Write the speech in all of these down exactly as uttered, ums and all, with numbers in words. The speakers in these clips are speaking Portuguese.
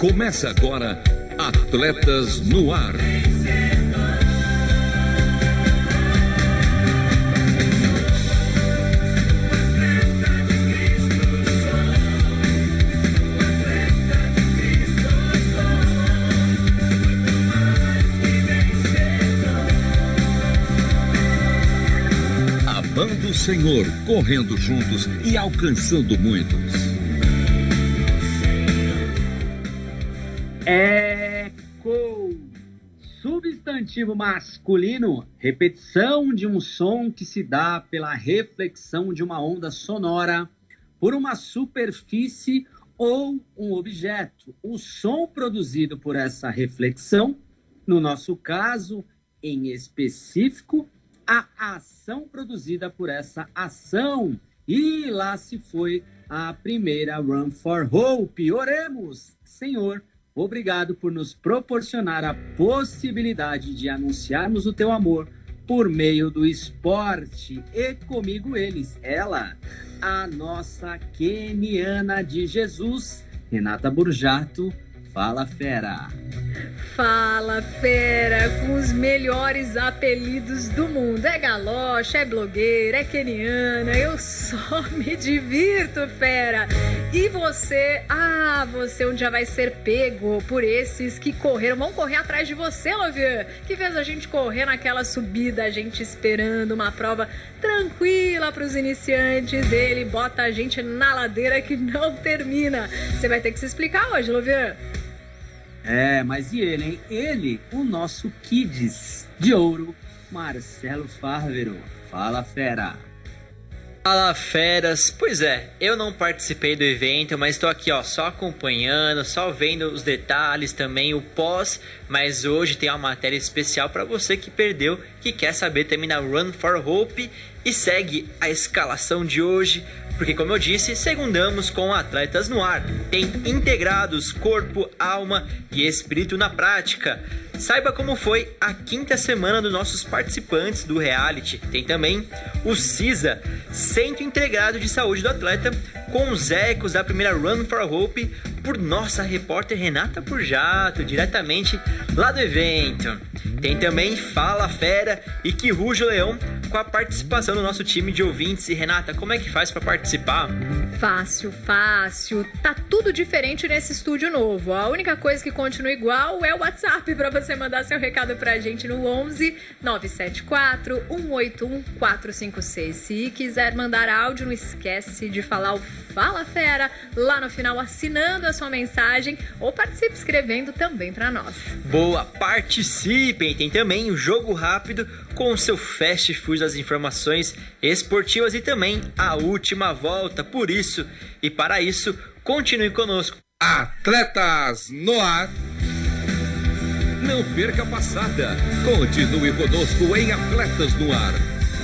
Começa agora Atletas no Ar. Amando o Senhor, correndo juntos e alcançando muitos. Eco, substantivo masculino, repetição de um som que se dá pela reflexão de uma onda sonora por uma superfície ou um objeto. O som produzido por essa reflexão, no nosso caso em específico, a ação produzida por essa ação. E lá se foi a primeira Run for Hope. Oremos, Senhor, obrigado por nos proporcionar a possibilidade de anunciarmos o teu amor por meio do esporte. E comigo eles, ela, a nossa keniana de Jesus, Renata Burjato. Fala, fera! Fala, fera, com os melhores apelidos do mundo. É galocha, é blogueira, é keniana, eu só me divirto, fera. E você, ah, você um dia vai ser pego por esses que correram, vão correr atrás de você, Lovian, que fez a gente correr naquela subida, a gente esperando uma prova tranquila para os iniciantes. Ele bota a gente na ladeira que não termina. Você vai ter que se explicar hoje, Lovian. É, mas e ele, hein? Ele, o nosso Kids de Ouro, Marcelo Fávero. Fala, fera! Fala, feras! Pois é, eu não participei do evento, mas estou aqui, ó, só acompanhando, só vendo os detalhes também, o pós. Mas hoje tem uma matéria especial para você que perdeu, que quer saber também na Run for Hope e segue a escalação de hoje. Porque, como eu disse, segundamos com Atletas no Ar. Tem integrados corpo, alma e espírito na prática. Saiba como foi a quinta semana dos nossos participantes do reality. Tem também o CISA, Centro Integrado de Saúde do Atleta, com os ecos da primeira Run for Hope, por nossa repórter Renata Burjato, diretamente lá do evento. Tem também Fala Fera e Que Ruja o Leão, com a participação do nosso time de ouvintes. E Renata, como é que faz para participar? Fácil, fácil. Tá tudo diferente nesse estúdio novo. A única coisa que continua igual é o WhatsApp para você mandar seu recado pra gente no onze nove sete quatro um oito um quatro cinco seis. Se quiser mandar áudio, não esquece de falar o Fala Fera lá no final, assinando a sua mensagem, ou participe escrevendo também para nós. Boa, participem! Tem também o Jogo Rápido com o seu fast food das informações esportivas e também a última volta. Por isso e para isso, continue conosco. Atletas no Ar. Não perca a passada. Continue conosco em Atletas no Ar.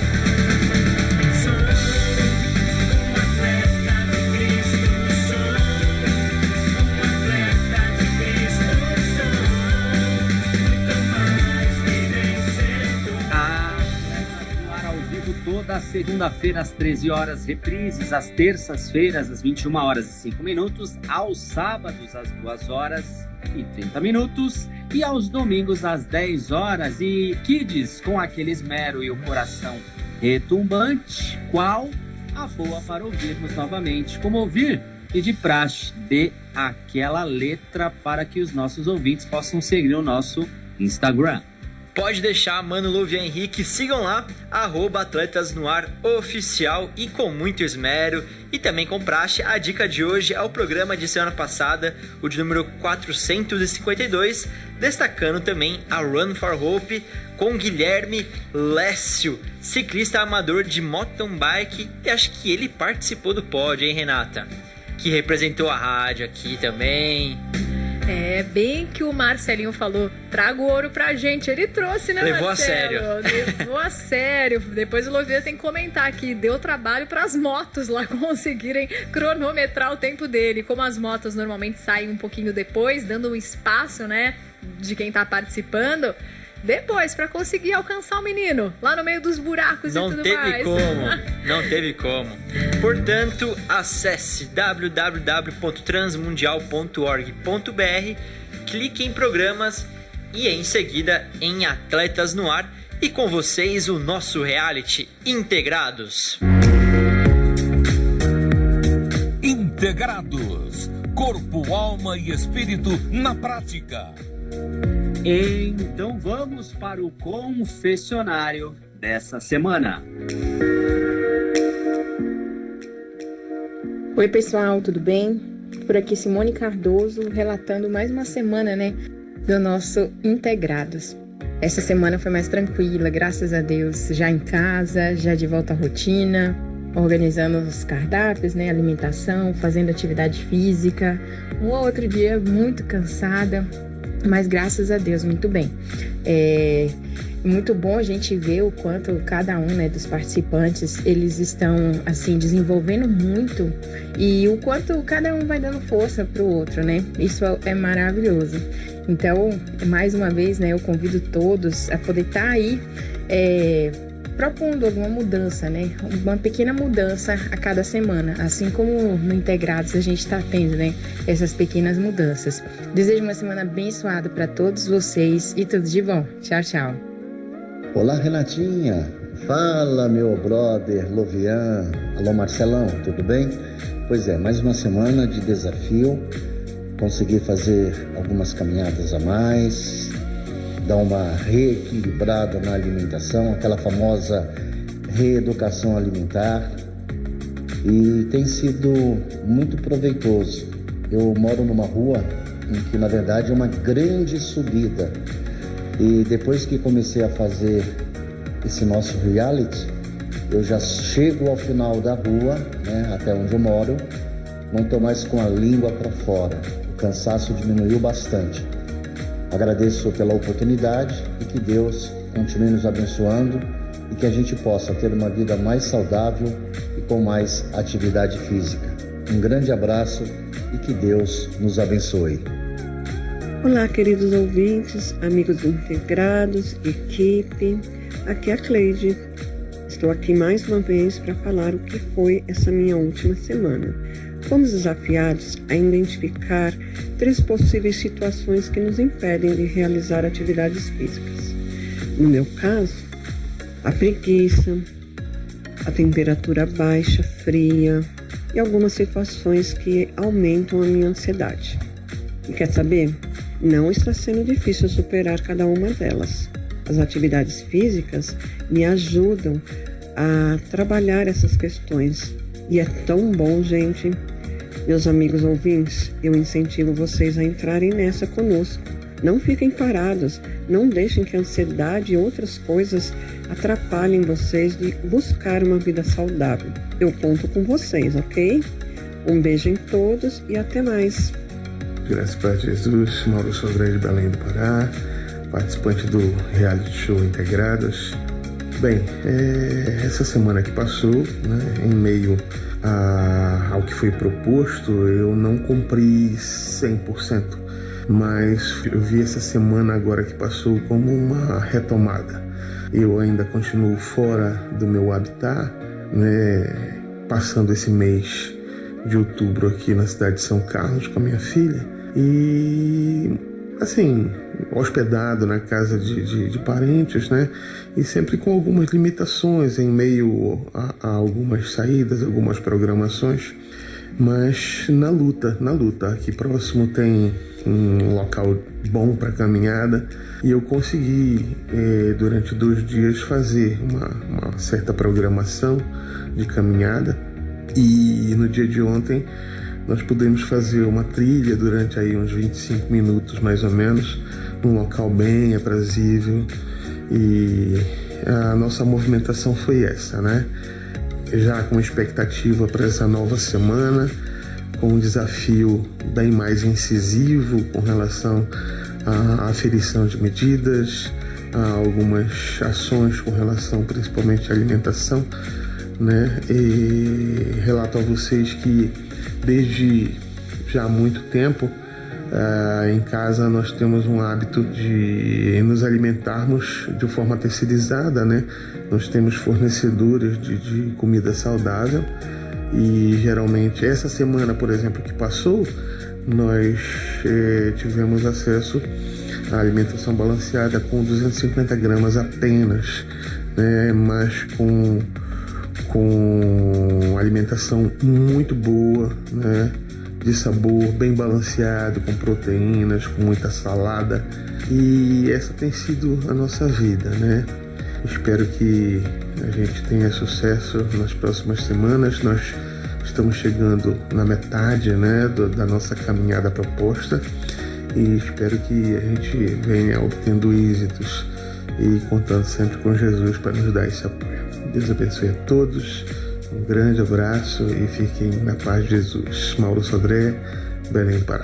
Toda segunda-feira às treze horas, reprises às terças-feiras às vinte e uma horas e cinco minutos, aos sábados às duas horas e trinta minutos e aos domingos às dez horas. E Kids, com aquele esmero e o coração retumbante, qual a boa para ouvirmos novamente. Como ouvir? E de praxe, dê aquela letra para que os nossos ouvintes possam seguir o nosso Instagram. Pode deixar, Mano Lovian Henrique, sigam lá, arroba Atletas no Ar Oficial, e com muito esmero e também com praxe, a dica de hoje é o programa de semana passada, o de número quatrocentos e cinquenta e dois, destacando também a Run for Hope com Guilherme Lécio, ciclista amador de mountain bike, e acho que ele participou do pódio, hein, Renata? Que representou a rádio aqui também. É, bem que o Marcelinho falou, traga o ouro pra gente. Ele trouxe, né, Levou Marcelo? a sério. Levou a sério. Depois o Lovian tem que comentar aqui, deu trabalho pras motos lá conseguirem cronometrar o tempo dele. Como as motos normalmente saem um pouquinho depois, dando um espaço, né, de quem tá participando, depois para conseguir alcançar o menino lá no meio dos buracos não e tudo teve mais. como, não teve como. Portanto, acesse w w w ponto transmundial ponto org ponto b r, clique em programas e em seguida em Atletas no Ar, e com vocês o nosso reality Integrados. Integrados, corpo, alma e espírito na prática. Então vamos para o confessionário dessa semana. Oi pessoal, tudo bem? Por aqui Simone Cardoso, relatando mais uma semana, né, do nosso Integrados. Essa semana foi mais tranquila, graças a Deus, já em casa, já de volta à rotina, organizando os cardápios, né, alimentação, fazendo atividade física. Um ou outro dia muito cansada, mas graças a Deus, muito bem. É muito bom a gente ver o quanto cada um, né, dos participantes, eles estão, assim, desenvolvendo muito e o quanto cada um vai dando força para o outro, né? Isso é maravilhoso. Então, mais uma vez, né, eu convido todos a poder estar aí é, propondo alguma mudança, né? Uma pequena mudança a cada semana, assim como no Integrados a gente está tendo, né, essas pequenas mudanças. Desejo uma semana abençoada para todos vocês e tudo de bom. Tchau, tchau. Olá, Renatinha. Fala, meu brother Lovian. Alô, Marcelão, tudo bem? Pois é, mais uma semana de desafio. Consegui fazer algumas caminhadas a mais, dar uma reequilibrada na alimentação, aquela famosa reeducação alimentar, e tem sido muito proveitoso. Eu moro numa rua em que, na verdade, é uma grande subida, e depois que comecei a fazer esse nosso reality, eu já chego ao final da rua, né, até onde eu moro, não estou mais com a língua para fora. O cansaço diminuiu bastante. Agradeço pela oportunidade e que Deus continue nos abençoando e que a gente possa ter uma vida mais saudável e com mais atividade física. Um grande abraço e que Deus nos abençoe. Olá, queridos ouvintes, amigos integrados, equipe. Aqui é a Cleide. Estou aqui mais uma vez para falar o que foi essa minha última semana. Fomos desafiados a identificar três possíveis situações que nos impedem de realizar atividades físicas. No meu caso, a preguiça, a temperatura baixa, fria e algumas situações que aumentam a minha ansiedade. E quer saber? Não está sendo difícil superar cada uma delas. As atividades físicas me ajudam a trabalhar essas questões. E é tão bom, gente. Meus amigos ouvintes, eu incentivo vocês a entrarem nessa conosco. Não fiquem parados, não deixem que a ansiedade e outras coisas atrapalhem vocês de buscar uma vida saudável. Eu conto com vocês, ok? Um beijo em todos e até mais. Graças a Jesus, Mauro Sodré de Belém do Pará, participante do reality show Integrados. Bem, é, essa semana que passou, né, em meio a, ao que foi proposto, eu não cumpri cem por cento, mas eu vi essa semana agora que passou como uma retomada. Eu ainda continuo fora do meu habitat, né, passando esse mês de outubro aqui na cidade de São Carlos com a minha filha e, assim, hospedado na casa de, de, de parentes, né? E sempre com algumas limitações em meio a, a algumas saídas, algumas programações, mas na luta, na luta. Aqui próximo tem um local bom para caminhada e eu consegui, eh, durante dois dias, fazer uma, uma certa programação de caminhada. E no dia de ontem nós pudemos fazer uma trilha durante aí uns vinte e cinco minutos mais ou menos, num local bem aprazível, e a nossa movimentação foi essa, né? Já com expectativa para essa nova semana, com um desafio bem mais incisivo com relação à aferição de medidas, a algumas ações com relação principalmente à alimentação, né? E relato a vocês que desde já há muito tempo Ah, em casa nós temos um hábito de nos alimentarmos de forma terceirizada, né? Nós temos fornecedores de, de comida saudável e geralmente essa semana, por exemplo, que passou, nós eh, tivemos acesso à alimentação balanceada com duzentas e cinquenta gramas apenas, né? Mas com, com alimentação muito boa, né? De sabor bem balanceado, com proteínas, com muita salada, e essa tem sido a nossa vida, né? Espero que a gente tenha sucesso nas próximas semanas. Nós estamos chegando na metade, né, do, da nossa caminhada proposta, e espero que a gente venha obtendo êxitos e contando sempre com Jesus para nos dar esse apoio. Deus abençoe a todos. Um grande abraço e fiquem na paz de Jesus. Mauro Sodré, Belém do Pará.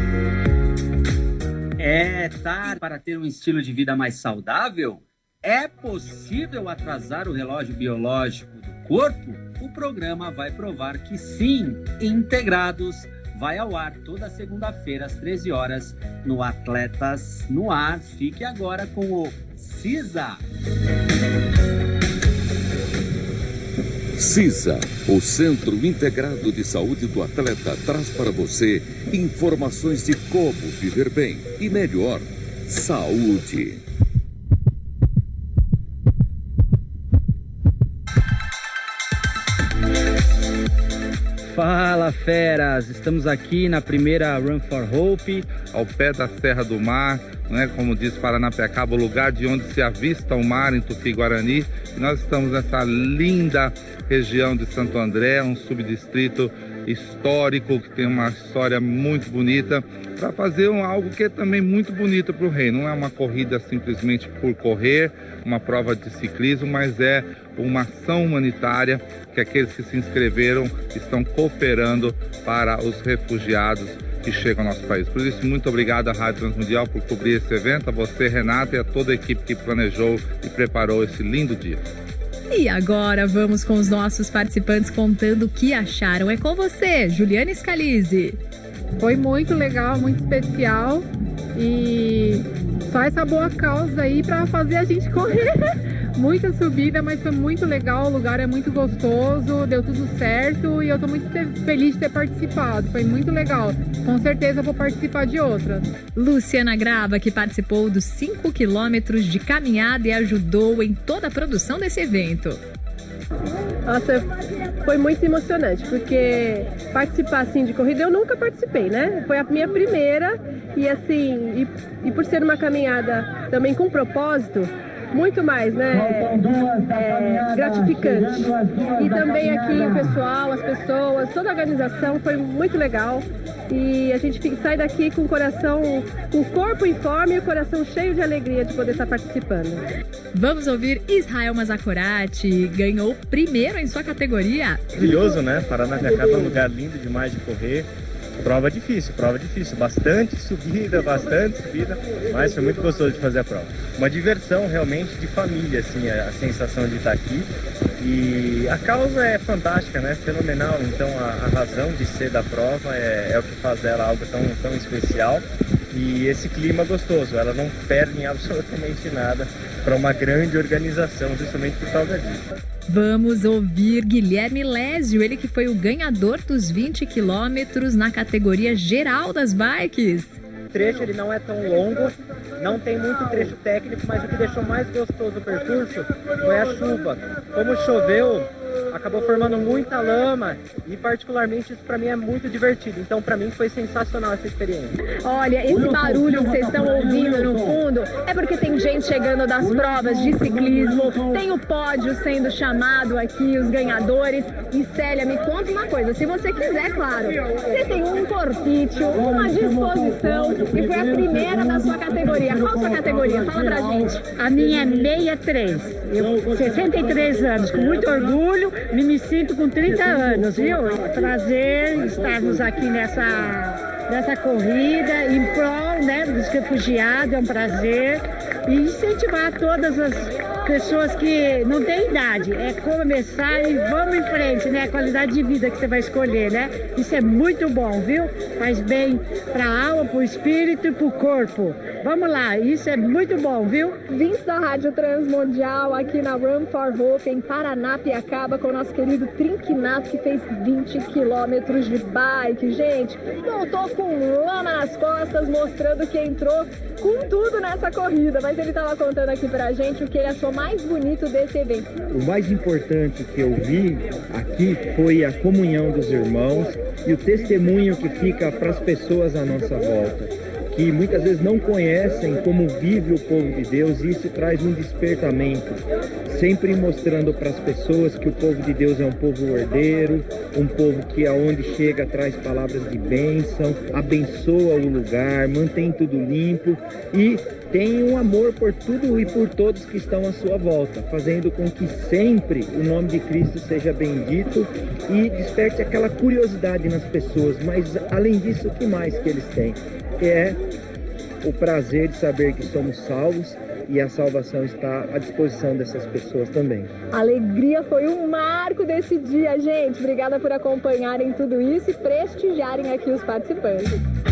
É tarde para ter um estilo de vida mais saudável? É possível atrasar o relógio biológico do corpo? O programa vai provar que sim. Integrados vai ao ar toda segunda-feira às treze horas no Atletas no Ar. Fique agora com o CISA. CISA, o Centro Integrado de Saúde do Atleta, traz para você informações de como viver bem e melhor. Saúde. Fala, feras! Estamos aqui na primeira Run for Hope, ao pé da Serra do Mar, né? Como diz Paranapiacaba, o lugar de onde se avista o mar em Tupi-Guarani. E nós estamos nessa linda região de Santo André, um subdistrito histórico que tem uma história muito bonita, para fazer um, algo que é também muito bonito para o rei. Não é uma corrida simplesmente por correr, uma prova de ciclismo, mas é uma ação humanitária que aqueles que se inscreveram estão cooperando para os refugiados que chegam ao nosso país. Por isso, muito obrigado à Rádio Transmundial por cobrir esse evento, a você, Renata, e a toda a equipe que planejou e preparou esse lindo dia. E agora vamos com os nossos participantes contando o que acharam. É com você, Juliana Scalise. Foi muito legal, muito especial, e só essa boa causa aí para fazer a gente correr. Muita subida, mas foi muito legal, o lugar é muito gostoso, deu tudo certo e eu tô muito feliz de ter participado, foi muito legal. Com certeza eu vou participar de outras. Luciana Grava, que participou dos cinco quilômetros de caminhada e ajudou em toda a produção desse evento. Nossa, foi muito emocionante, porque participar assim de corrida eu nunca participei, né? Foi a minha primeira e assim, e, e por ser uma caminhada também com propósito, muito mais, né, é, gratificante. E também aqui o pessoal, as pessoas, toda a organização foi muito legal. E a gente sai daqui com o coração, com o corpo em forma e o coração cheio de alegria de poder estar participando. Vamos ouvir Israel Mazakorati, ganhou primeiro em sua categoria. Maravilhoso, né? Paranapiacaba é um lugar lindo demais de correr. Prova difícil, prova difícil, bastante subida, bastante subida, mas foi muito gostoso de fazer a prova. Uma diversão realmente de família, assim, a sensação de estar aqui. E a causa é fantástica, né? Fenomenal, então a, a razão de ser da prova é, é o que faz dela algo tão, tão especial. E esse clima gostoso, ela não perde em absolutamente nada para uma grande organização, justamente por causa disso. Vamos ouvir Guilherme Lésio, ele que foi o ganhador dos vinte quilômetros na categoria geral das bikes. O trecho ele não é tão longo, não tem muito trecho técnico, mas o que deixou mais gostoso o percurso foi a chuva. Como choveu, acabou formando muita lama e particularmente isso para mim é muito divertido. Então para mim foi sensacional essa experiência. Olha, esse barulho que vocês estão ouvindo no fundo é porque tem gente chegando das provas de ciclismo, tem o pódio sendo chamado aqui, os ganhadores. E Célia, me conta uma coisa, se você quiser, claro, você tem um corpício, uma disposição e foi a primeira da sua categoria. Qual a sua categoria? Fala pra gente. A minha é sessenta e três, eu sessenta e três anos, com muito orgulho. Me, me sinto com trinta anos, viu? Prazer estarmos aqui nessa, nessa corrida em prol, né, dos refugiados, é um prazer. E incentivar todas as pessoas que não têm idade. É começar e vamos em frente, né? A qualidade de vida que você vai escolher, né? Isso é muito bom, viu? Faz bem para a alma, para o espírito e para o corpo. Vamos lá, isso é muito bom, viu? Vintes da Rádio Transmundial, aqui na Run for Hope, em Paranapiacaba, com o nosso querido Trinquinato, que fez vinte quilômetros de bike. Gente, voltou com lama nas costas, mostrando que entrou com tudo nessa corrida. Mas ele estava contando aqui pra gente o que ele achou mais bonito desse evento. O mais importante que eu vi aqui foi a comunhão dos irmãos e o testemunho que fica para as pessoas à nossa volta, que muitas vezes não conhecem como vive o povo de Deus, e isso traz um despertamento, sempre mostrando para as pessoas que o povo de Deus é um povo ordeiro, um povo que aonde chega traz palavras de bênção, abençoa o lugar, mantém tudo limpo e tem um amor por tudo e por todos que estão à sua volta, fazendo com que sempre o nome de Cristo seja bendito e desperte aquela curiosidade nas pessoas. Mas além disso, o que mais que eles têm? É o prazer de saber que somos salvos e a salvação está à disposição dessas pessoas também. A alegria foi um marco desse dia, gente. Obrigada por acompanharem tudo isso e prestigiarem aqui os participantes.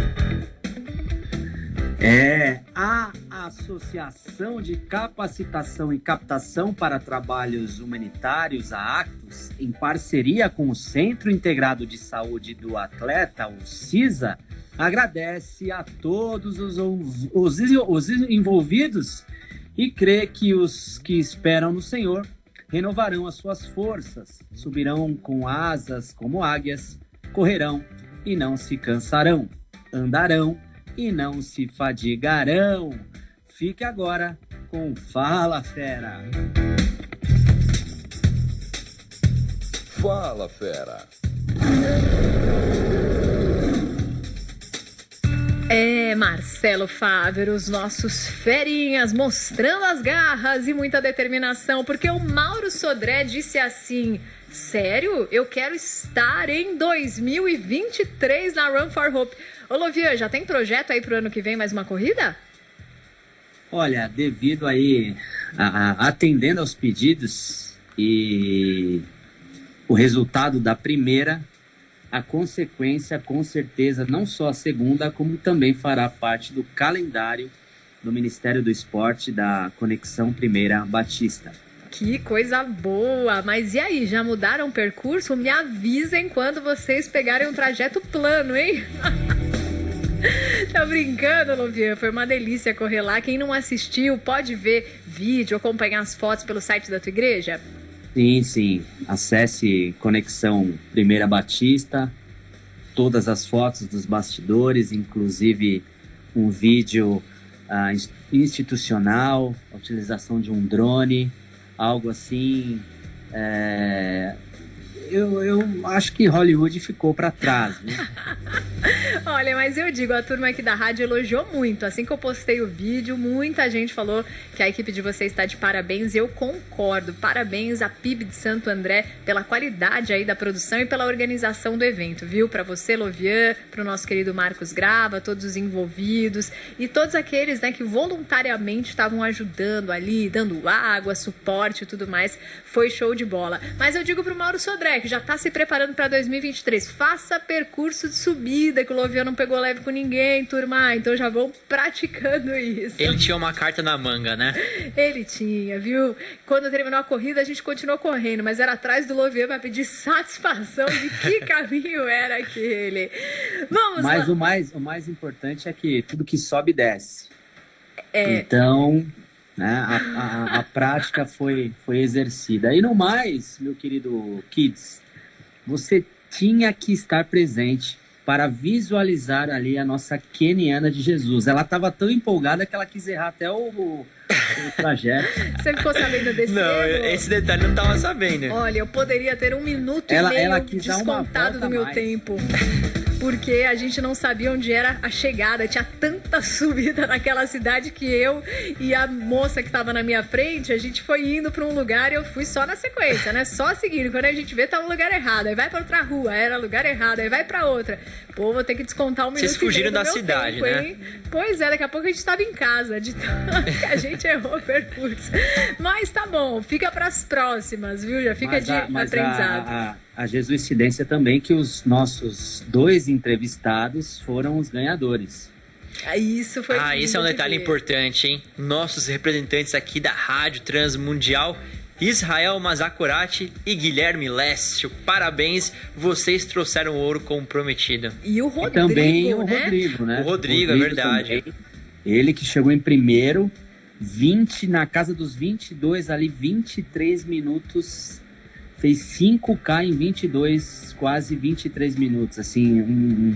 É, a Associação de Capacitação e Captação para Trabalhos Humanitários, a Actus, em parceria com o Centro Integrado de Saúde do Atleta, o CISA, agradece a todos os, os, os envolvidos e crê que os que esperam no Senhor renovarão as suas forças, subirão com asas como águias, correrão e não se cansarão, andarão e não se fadigarão. Fique agora com Fala Fera. Fala Fera. É, Marcelo Fábio, os nossos ferinhas mostrando as garras e muita determinação, porque o Mauro Sodré disse assim: sério? Eu quero estar em dois mil e vinte e três na Run for Hope. Ô, Lovian, já tem projeto aí pro ano que vem mais uma corrida? Olha, devido aí, a, a, atendendo aos pedidos e o resultado da primeira, a consequência, com certeza, não só a segunda, como também fará parte do calendário do Ministério do Esporte da Conexão Primeira Batista. Que coisa boa! Mas e aí, já mudaram o percurso? Me avisem quando vocês pegarem um trajeto plano, hein? Tá brincando, Lovian? Foi uma delícia correr lá. Quem não assistiu pode ver vídeo, acompanhar as fotos pelo site da tua igreja? Sim, sim. Acesse Conexão Primeira Batista, todas as fotos dos bastidores, inclusive um vídeo uh, institucional, a utilização de um drone, algo assim. É... Eu, eu acho que Hollywood ficou para trás, né? Olha, mas eu digo, a turma aqui da rádio elogiou muito. Assim que eu postei o vídeo, muita gente falou que a equipe de vocês está de parabéns. E eu concordo. Parabéns à P I B de Santo André pela qualidade aí da produção e pela organização do evento, viu? Para você, Lovian, para o nosso querido Marcos Grava, todos os envolvidos e todos aqueles, né, que voluntariamente estavam ajudando ali, dando água, suporte e tudo mais. Foi show de bola. Mas eu digo pro Mauro Sodré, que já está se preparando para dois mil e vinte e três, faça percurso de subida, que o Lovian não pegou leve com ninguém, turma, então já vão praticando isso. Ele tinha uma carta na manga, né? Ele tinha, viu? Quando terminou a corrida, a gente continuou correndo, mas era atrás do Lovian para pedir satisfação de que caminho era aquele. Vamos mas lá. o mais, o mais importante é que tudo que sobe, desce. É... Então... Né? A, a, a prática foi, foi exercida. E no mais, meu querido Kids, você tinha que estar presente para visualizar ali a nossa Keniana de Jesus. Ela estava tão empolgada que ela quis errar até o, o, o trajeto. Você ficou sabendo desse Não, erro? Esse detalhe eu não estava sabendo. Olha, eu poderia ter um minuto ela, e meio ela quis descontado dar uma volta do meu mais. tempo. porque a gente não sabia onde era a chegada, tinha tanta subida naquela cidade que eu e a moça que estava na minha frente, a gente foi indo para um lugar e eu fui só na sequência, né? Só seguindo. Quando a gente vê, tá no lugar errado, aí vai para outra rua, era lugar errado, aí vai para outra. Pô, vou ter que descontar um minuto. Vocês fugiram da cidade, tempo, né? Hein? Pois é, daqui a pouco a gente tava em casa, de tanto que a gente errou o percurso. Mas tá bom, fica pras próximas, viu? Já fica mas de a, mas aprendizado. A, a, a Jesuicidência também que os nossos dois entrevistados foram os ganhadores. Isso foi Ah, esse é um detalhe ver. importante, hein? Nossos representantes aqui da Rádio Transmundial, Israel Mazakorati e Guilherme Lécio, parabéns, vocês trouxeram o ouro como prometido. E o Rodrigo, e também o né? Rodrigo, né? O Rodrigo, é verdade. Também, ele que chegou em primeiro, vinte, na casa dos vinte e dois, ali vinte e três minutos, fez cinco K em vinte e dois, quase vinte e três minutos, assim, um,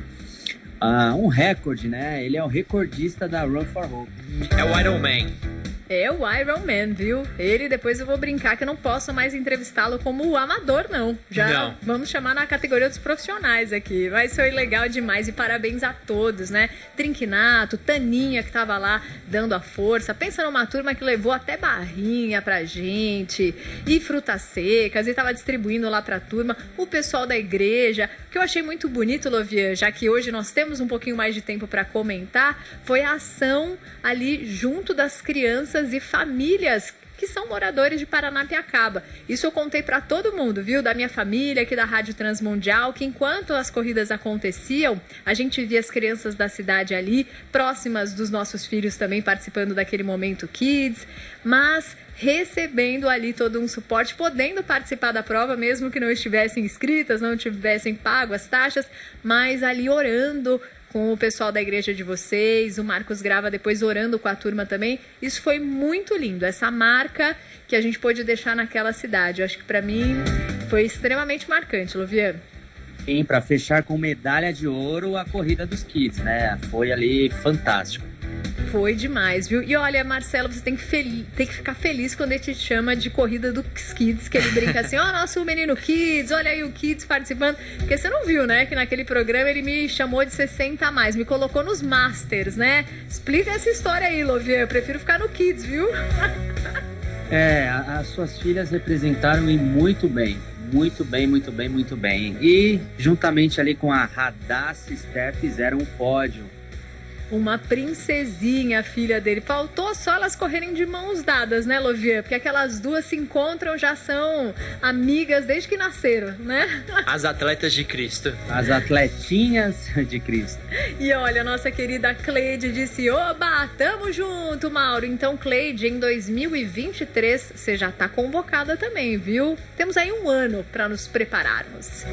uh, um recorde, né? Ele é o recordista da Run for Hope. É o Iron Man. É o Iron Man, viu? Ele, depois eu vou brincar que eu não posso mais entrevistá-lo como o amador, não. Já não. Vamos chamar na categoria dos profissionais aqui. Mas foi legal demais e parabéns a todos, né? Trinquinato, Taninha que tava lá dando a força. Pensa numa turma que levou até barrinha pra gente e frutas secas e tava distribuindo lá pra turma. O pessoal da igreja, que eu achei muito bonito, Lovian, já que hoje nós temos um pouquinho mais de tempo pra comentar, foi a ação ali junto das crianças e famílias que são moradores de Paranapiacaba. Isso eu contei para todo mundo, viu? Da minha família, aqui da Rádio Transmundial, que enquanto as corridas aconteciam, a gente via as crianças da cidade ali, próximas dos nossos filhos também participando daquele momento Kids, mas recebendo ali todo um suporte, podendo participar da prova, mesmo que não estivessem inscritas, não tivessem pago as taxas, mas ali orando com o pessoal da igreja de vocês, o Marcos grava depois orando com a turma também. Isso foi muito lindo, essa marca que a gente pôde deixar naquela cidade. Eu acho que para mim foi extremamente marcante, Lovian. Sim, para fechar com medalha de ouro a corrida dos Kids, né? Foi ali fantástico. Foi demais, viu? E olha, Marcelo, você tem que, fel- tem que ficar feliz quando ele te chama de corrida dos Kids, que ele brinca assim, ó, oh, nosso menino Kids, olha aí o Kids participando. Porque você não viu, né, que naquele programa ele me chamou de sessenta a mais, me colocou nos Masters, né? Explica essa história aí, Lovian, eu prefiro ficar no Kids, viu? É, a- as suas filhas representaram e muito bem. Muito bem, muito bem, muito bem. E juntamente ali com a Radassa Esther fizeram um pódio. Uma princesinha, a filha dele. Faltou só elas correrem de mãos dadas, né, Lovian? Porque aquelas duas se encontram, já são amigas desde que nasceram, né? As atletas de Cristo. As atletinhas de Cristo. E olha, nossa querida Cleide disse, oba, tamo junto, Mauro. Então, Cleide, em dois mil e vinte e três, você já tá convocada também, viu? Temos aí um ano para nos prepararmos.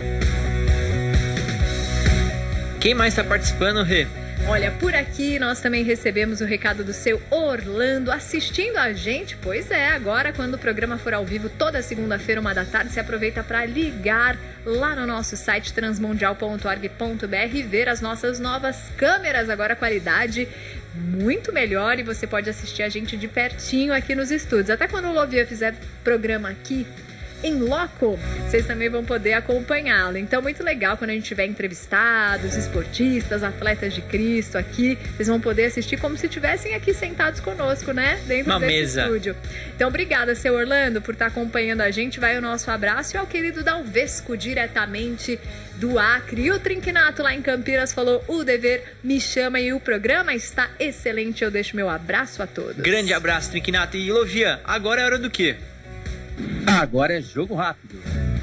Quem mais tá participando, Rê? Olha, por aqui nós também recebemos o recado do seu Orlando assistindo a gente. Pois é, agora quando o programa for ao vivo, toda segunda-feira, uma da tarde, se aproveita para ligar lá no nosso site transmundial ponto org ponto br e ver as nossas novas câmeras. Agora a qualidade muito melhor e você pode assistir a gente de pertinho aqui nos estúdios. Até quando o Lovian fizer programa aqui em loco, vocês também vão poder acompanhá-lo. Então, muito legal quando a gente tiver entrevistados, esportistas, atletas de Cristo aqui, vocês vão poder assistir como se estivessem aqui sentados conosco, né? Dentro Uma desse mesa. estúdio. Então, obrigada, seu Orlando, por estar acompanhando a gente. Vai o nosso abraço e ao querido Dalvesco, diretamente do Acre. E o Trinquinato lá em Campinas falou, o dever me chama e o programa está excelente. Eu deixo meu abraço a todos. Grande abraço, Trinquinato. E Lovian, agora é hora do quê? Agora é jogo rápido.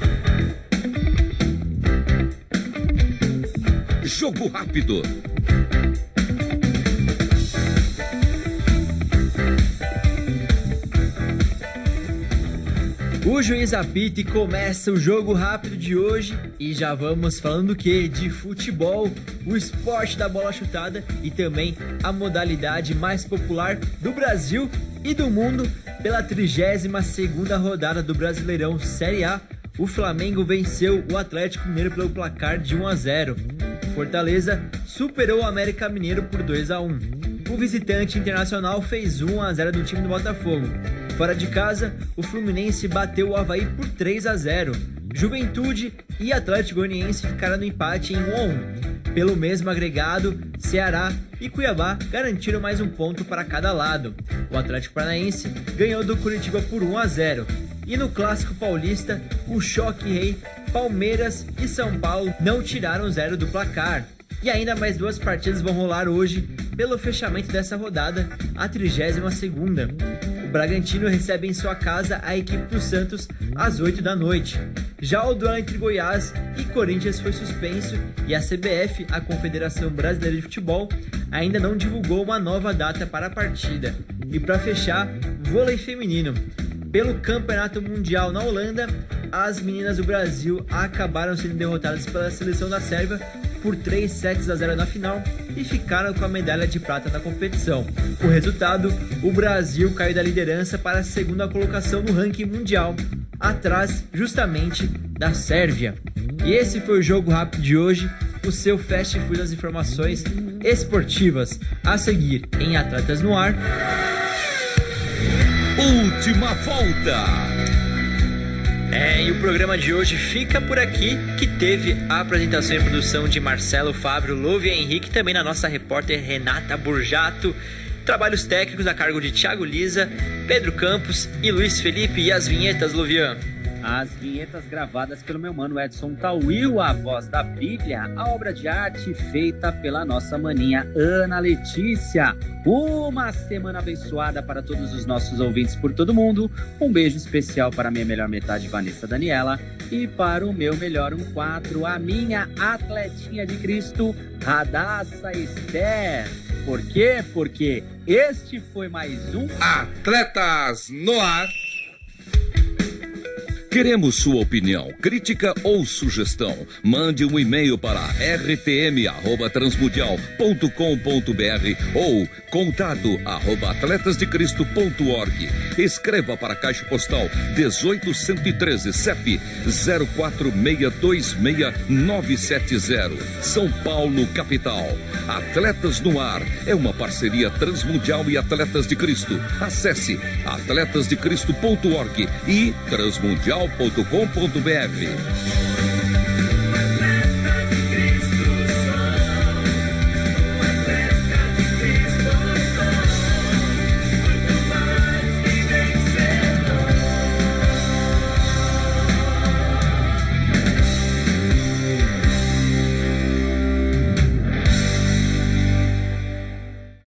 Jogo rápido. O juiz apita e começa o jogo rápido de hoje e já vamos falando o que? De futebol, o esporte da bola chutada e também a modalidade mais popular do Brasil e do mundo. Pela trigésima segunda rodada do Brasileirão Série A, o Flamengo venceu o Atlético Mineiro pelo placar de um a zero. Fortaleza superou o América Mineiro por dois a um. O visitante Internacional fez um a zero no time do Botafogo. Fora de casa, o Fluminense bateu o Avaí por três a zero. Juventude e Atlético Goianiense ficaram no empate em um a um. Pelo mesmo agregado, Ceará e Cuiabá garantiram mais um ponto para cada lado. O Atlético Paranaense ganhou do Curitiba por um a zero. E no Clássico Paulista, o choque rei, Palmeiras e São Paulo não tiraram zero do placar. E ainda mais duas partidas vão rolar hoje pelo fechamento dessa rodada, a trigésima segunda. O Bragantino recebe em sua casa a equipe do Santos às oito da noite. Já o duelo entre Goiás e Corinthians foi suspenso e a C B F, a Confederação Brasileira de Futebol, ainda não divulgou uma nova data para a partida. E para fechar, vôlei feminino. Pelo Campeonato Mundial na Holanda, as meninas do Brasil acabaram sendo derrotadas pela seleção da Sérvia por três sets a zero na final e ficaram com a medalha de prata na competição. O resultado, o Brasil caiu da liderança para a segunda colocação no ranking mundial, atrás justamente da Sérvia. E esse foi o Jogo Rápido de hoje, o seu fast food das informações esportivas. A seguir em Atletas no Ar. Última volta. É, e o programa de hoje fica por aqui, que teve a apresentação e produção de Marcelo Fábio, Lovia Henrique, também na nossa repórter Renata Burjato, trabalhos técnicos a cargo de Thiago Lisa, Pedro Campos e Luiz Felipe, e as vinhetas, Lovian. As vinhetas gravadas pelo meu mano Edson Tauil, a voz da Bíblia, a obra de arte feita pela nossa maninha Ana Letícia. Uma semana abençoada para todos os nossos ouvintes por todo mundo. Um beijo especial para a minha melhor metade, Vanessa Daniela, e para o meu melhor um quatro, a minha atletinha de Cristo, Radassa Esther. Por quê? Porque este foi mais um Atletas no Ar. Queremos sua opinião, crítica ou sugestão. Mande um e-mail para r t m arroba transmundial ponto com ponto b r ou contato arroba atletas de cristo ponto org. Escreva para a Caixa Postal dezoito cento e treze, C E P zero quatro seis dois seis nove sete zero, São Paulo, capital. Atletas no Ar é uma parceria Transmundial e Atletas de Cristo. Acesse atletas de cristo ponto org e transmundial ponto com ponto b r.